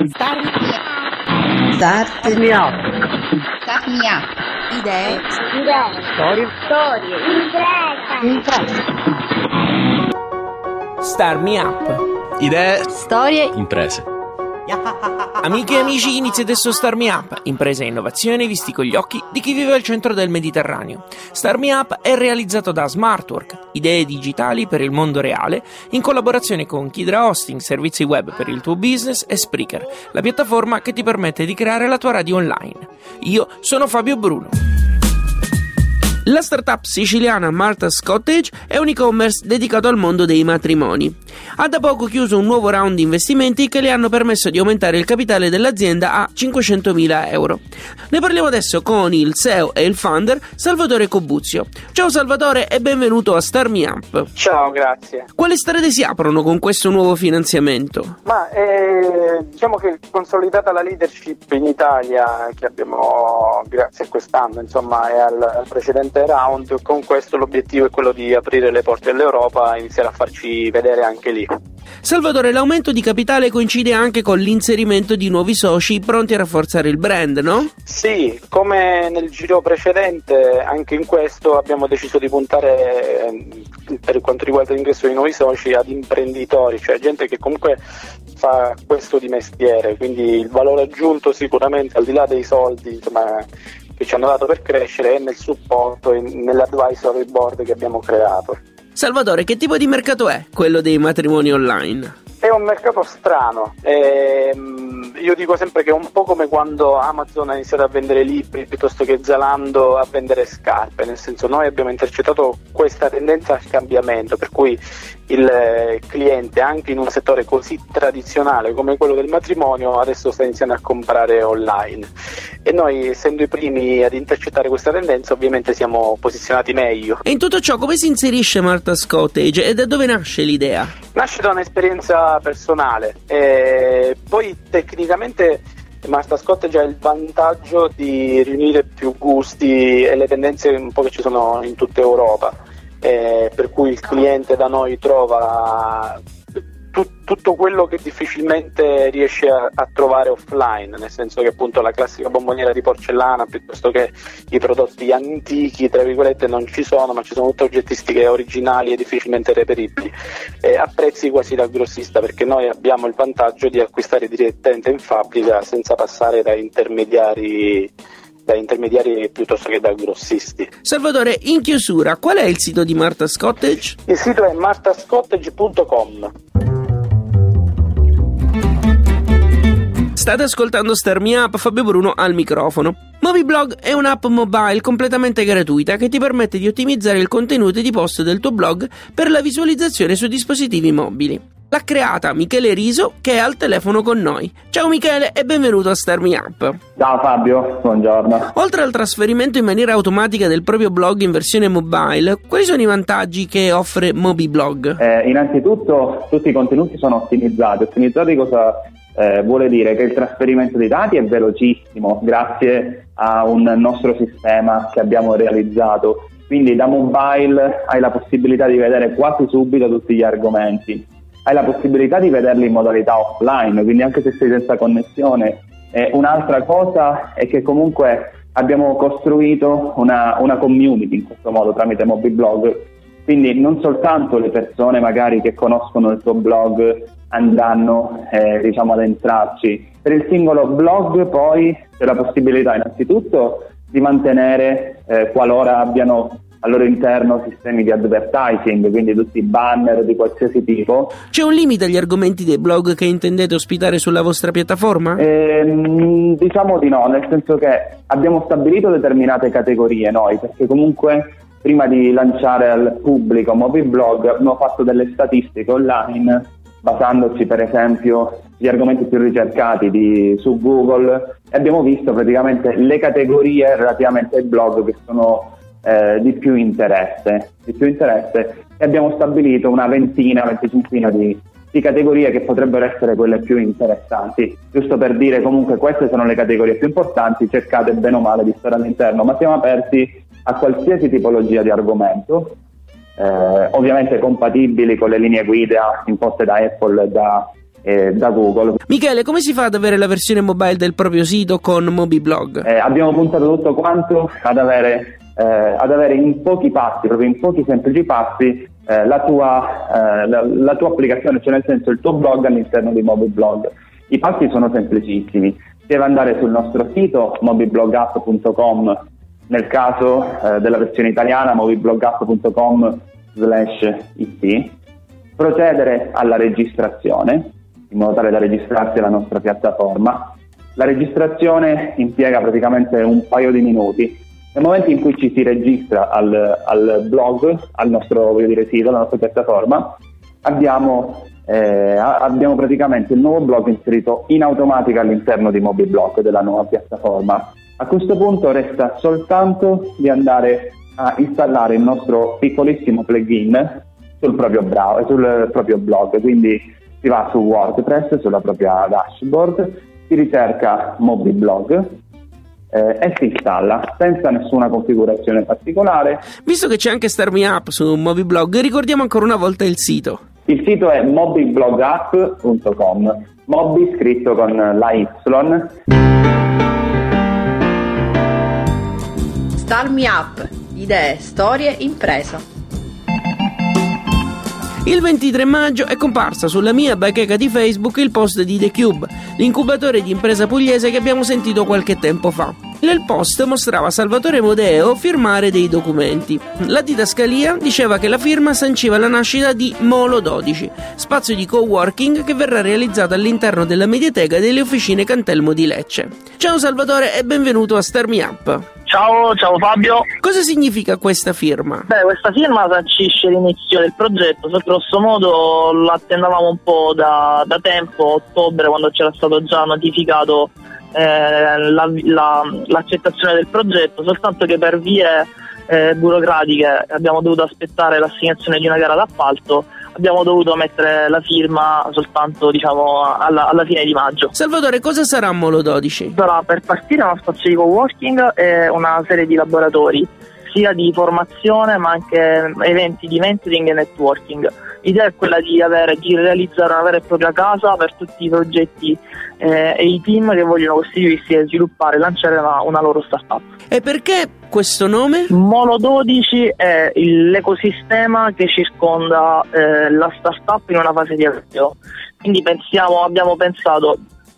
Start me up. Idee. Storie. Impresa. Start me up. Idee, Storie. imprese. Amiche e amici, iniziate su Start Me Up, impresa e innovazione visti con gli occhi di chi vive al centro del Mediterraneo. Start Me Up è realizzato da Smartwork, idee digitali per il mondo reale, in collaborazione con Kidra Hosting, servizi web per il tuo business, e Spreaker, la piattaforma che ti permette di creare la tua radio online. Io sono Fabio Bruno. La startup siciliana Martha's Cottage è un e-commerce dedicato al mondo dei matrimoni. Ha da poco chiuso un nuovo round di investimenti che le hanno permesso di aumentare il capitale dell'azienda a 500.000 euro. Ne parliamo adesso con il CEO e il founder Salvatore Cobuzio. Ciao Salvatore e benvenuto a Start Me Up. Ciao, grazie. Quali strade si aprono con questo nuovo finanziamento? Diciamo che consolidata la leadership in Italia che abbiamo grazie a quest'anno, insomma, e al precedente round, con questo l'obiettivo è quello di aprire le porte all'Europa e iniziare a farci vedere anche lì. Salvatore, l'aumento di capitale coincide anche con l'inserimento di nuovi soci pronti a rafforzare il brand, no? Sì, come nel giro precedente, anche in questo abbiamo deciso di puntare, per quanto riguarda l'ingresso di nuovi soci, ad imprenditori, cioè gente che comunque fa questo di mestiere, quindi il valore aggiunto sicuramente, al di là dei soldi, insomma, che ci hanno dato per crescere, è nel supporto e nell'advisory board che abbiamo creato. Salvatore, che tipo di mercato è quello dei matrimoni online? È un mercato strano, io dico sempre che è un po' come quando Amazon ha iniziato a vendere libri piuttosto che Zalando a vendere scarpe, nel senso noi abbiamo intercettato questa tendenza al cambiamento, per cui il cliente anche in un settore così tradizionale come quello del matrimonio adesso sta iniziando a comprare online e noi, essendo i primi ad intercettare questa tendenza, ovviamente siamo posizionati meglio. E in tutto ciò come si inserisce Martha's Cottage e da dove nasce l'idea? Nasce da un'esperienza personale e poi tecnicamente Martha's Cottage ha il vantaggio di riunire più gusti e le tendenze un po' che ci sono in tutta Europa, per cui il cliente da noi trova tutto quello che difficilmente riesce a trovare offline, nel senso che appunto la classica bomboniera di porcellana piuttosto che i prodotti antichi tra virgolette non ci sono, ma ci sono tutte oggettistiche originali e difficilmente reperibili a prezzi quasi da grossista, perché noi abbiamo il vantaggio di acquistare direttamente in fabbrica senza passare da intermediari piuttosto che da grossisti. Salvatore, in chiusura, qual è il sito di Martha's Cottage? Il sito è marthascottage.com. State ascoltando Start Me Up, Fabio Bruno al microfono. Moviblog è un'app mobile completamente gratuita che ti permette di ottimizzare il contenuto di post del tuo blog per la visualizzazione su dispositivi mobili. L'ha creata Michele Riso, che è al telefono con noi. Ciao Michele e benvenuto a Start Me Up. Ciao Fabio, buongiorno. Oltre al trasferimento in maniera automatica del proprio blog in versione mobile, quali sono i vantaggi che offre Moviblog? Innanzitutto tutti i contenuti sono ottimizzati. Ottimizzati cosa vuole dire? Che il trasferimento dei dati è velocissimo grazie a un nostro sistema che abbiamo realizzato. Quindi da mobile hai la possibilità di vedere quasi subito tutti gli argomenti. Hai la possibilità di vederli in modalità offline, quindi anche se sei senza connessione. Un'altra cosa è che comunque abbiamo costruito una community in questo modo tramite Moviblog, quindi non soltanto le persone magari che conoscono il tuo blog andranno ad entrarci. Per il singolo blog poi c'è la possibilità innanzitutto di mantenere, qualora abbiano al loro interno sistemi di advertising, quindi tutti i banner di qualsiasi tipo. C'è un limite agli argomenti dei blog che intendete ospitare sulla vostra piattaforma? Diciamo di no, nel senso che abbiamo stabilito determinate categorie noi, perché comunque prima di lanciare al pubblico Moviblog abbiamo fatto delle statistiche online basandoci per esempio sugli argomenti più ricercati su Google e abbiamo visto praticamente le categorie relativamente ai blog che sono di più interesse e abbiamo stabilito una venticinquina di categorie che potrebbero essere quelle più interessanti, giusto per dire comunque queste sono le categorie più importanti, cercate bene o male di stare all'interno, ma siamo aperti a qualsiasi tipologia di argomento, ovviamente compatibili con le linee guida imposte da Apple e da Google. Michele, come si fa ad avere la versione mobile del proprio sito con Mobiblog? Abbiamo puntato tutto quanto ad avere in pochi passi, proprio in pochi semplici passi, la tua applicazione, cioè nel senso il tuo blog all'interno di Mobiblog. I passi sono semplicissimi. Deve andare sul nostro sito mobiblogapp.com, nel caso della versione italiana mobiblogapp.com/it, procedere alla registrazione in modo tale da registrarsi alla nostra piattaforma. La registrazione impiega praticamente un paio di minuti. Nel momento in cui ci si registra al blog, al nostro sito, alla nostra piattaforma, abbiamo praticamente il nuovo blog inserito in automatica all'interno di Mobiblog, della nuova piattaforma. A questo punto resta soltanto di andare a installare il nostro piccolissimo plugin sul proprio blog, quindi si va su WordPress, sulla propria dashboard, si ricerca Mobiblog e si installa senza nessuna configurazione particolare. Visto che c'è anche Start Me Up su Mobiblog, ricordiamo ancora una volta il sito. Il sito è mobiblogapp.com, Mobi scritto con la Y. Start Me Up, idee, storie, impresa. Il 23 maggio è comparsa sulla mia bacheca di Facebook il post di The Cube, l'incubatore di impresa pugliese che abbiamo sentito qualche tempo fa. Nel post mostrava Salvatore Modeo firmare dei documenti. La didascalia diceva che la firma sanciva la nascita di Molo 12, spazio di coworking che verrà realizzato all'interno della Mediateca delle Officine Cantelmo di Lecce. Ciao Salvatore e benvenuto a Start Me Up. Ciao Fabio. Cosa significa questa firma? Questa firma sancisce l'inizio del progetto, grosso modo l'attendavamo un po' da tempo, ottobre, quando c'era stato già notificato l'accettazione del progetto, soltanto che per vie burocratiche abbiamo dovuto aspettare l'assegnazione di una gara d'appalto, abbiamo dovuto mettere la firma soltanto alla fine di maggio. Salvatore, cosa sarà Molo 12? Sarà per partire uno spazio di coworking e una serie di laboratori, sia di formazione ma anche eventi di mentoring e networking. L'idea è quella di realizzare una vera e propria casa per tutti i progetti e i team che vogliono costituirsi e sviluppare e lanciare una loro startup. E perché questo nome? Molo 12 è l'ecosistema che circonda la startup in una fase di avvio. Quindi abbiamo pensato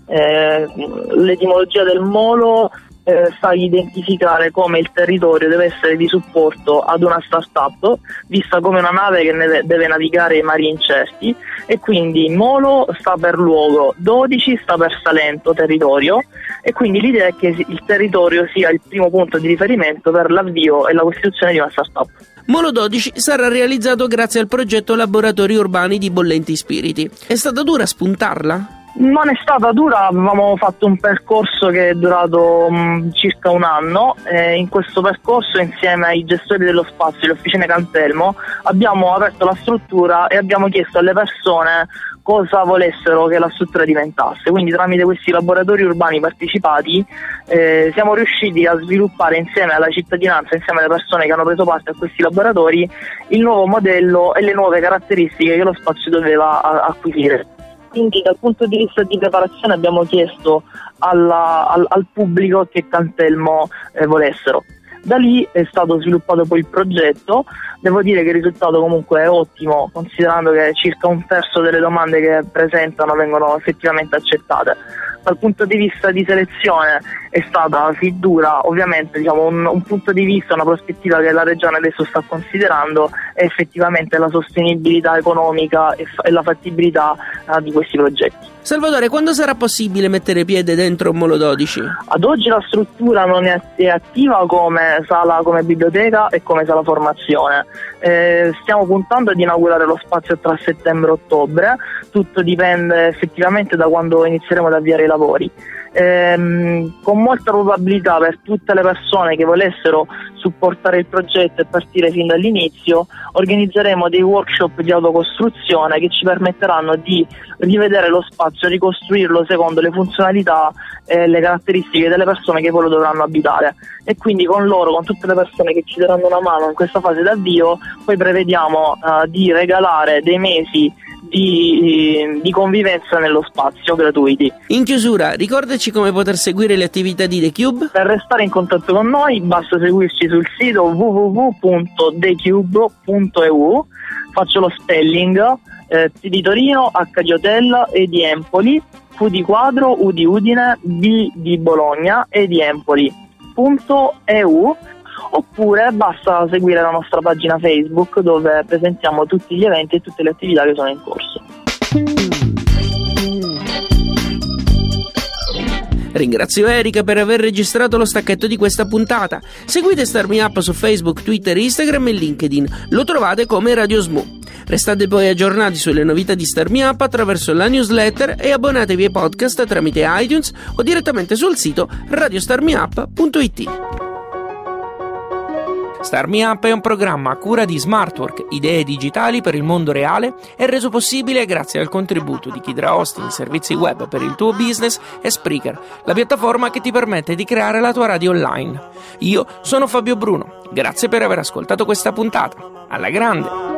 l'etimologia del molo sta a identificare come il territorio deve essere di supporto ad una startup, vista come una nave che deve navigare i mari incerti, e quindi Molo sta per luogo, 12 sta per Salento, territorio, e quindi l'idea è che il territorio sia il primo punto di riferimento per l'avvio e la costituzione di una startup. Molo 12 sarà realizzato grazie al progetto Laboratori Urbani di Bollenti Spiriti. È stata dura spuntarla? Non è stata dura, avevamo fatto un percorso che è durato circa un anno. In questo percorso, insieme ai gestori dello spazio, le Officine Cantelmo, abbiamo aperto la struttura e abbiamo chiesto alle persone cosa volessero che la struttura diventasse. Quindi tramite questi laboratori urbani partecipati siamo riusciti a sviluppare insieme alla cittadinanza, insieme alle persone che hanno preso parte a questi laboratori, il nuovo modello e le nuove caratteristiche che lo spazio doveva acquisire. Quindi dal punto di vista di preparazione abbiamo chiesto al pubblico che Cantelmo volessero. Da lì è stato sviluppato poi il progetto. Devo dire che il risultato comunque è ottimo, considerando che circa un terzo delle domande che presentano vengono effettivamente accettate. Dal punto di vista di selezione è stata sì dura, ovviamente un punto di vista, una prospettiva che la Regione adesso sta considerando è effettivamente la sostenibilità economica e la fattibilità di questi progetti. Salvatore, quando sarà possibile mettere piede dentro Molo 12? Ad oggi la struttura non è attiva come sala, come biblioteca e come sala formazione. Stiamo puntando ad inaugurare lo spazio tra settembre e ottobre, tutto dipende effettivamente da quando inizieremo ad avviare i lavori. Con molta probabilità, per tutte le persone che volessero supportare il progetto e partire fin dall'inizio, organizzeremo dei workshop di autocostruzione che ci permetteranno di rivedere lo spazio, ricostruirlo secondo le funzionalità e le caratteristiche delle persone che poi lo dovranno abitare. E quindi con tutte le persone che ci daranno una mano in questa fase d'avvio, poi prevediamo di regalare dei mesi di convivenza nello spazio, gratuiti. In chiusura, ricordaci come poter seguire le attività di The Cube? Per restare in contatto con noi basta seguirci sul sito www.thecube.eu. Faccio lo spelling: T di Torino, H di Hotel, E di Empoli, Q di Quadro, U di Udine, B di Bologna, E di Empoli.eu. Oppure basta seguire la nostra pagina Facebook, dove presentiamo tutti gli eventi e tutte le attività che sono in corso. Ringrazio Erika per aver registrato lo stacchetto di questa puntata. Seguite Start Me Up su Facebook, Twitter, Instagram e LinkedIn. Lo trovate come Radio Smoo. Restate poi aggiornati sulle novità di Start Me Up attraverso la newsletter e abbonatevi ai podcast tramite iTunes o direttamente sul sito radiostarmeup.it. Start Me Up è un programma a cura di Smartwork, idee digitali per il mondo reale, e reso possibile grazie al contributo di Kidra Hosting, servizi web per il tuo business, e Spreaker, la piattaforma che ti permette di creare la tua radio online. Io sono Fabio Bruno, grazie per aver ascoltato questa puntata. Alla grande!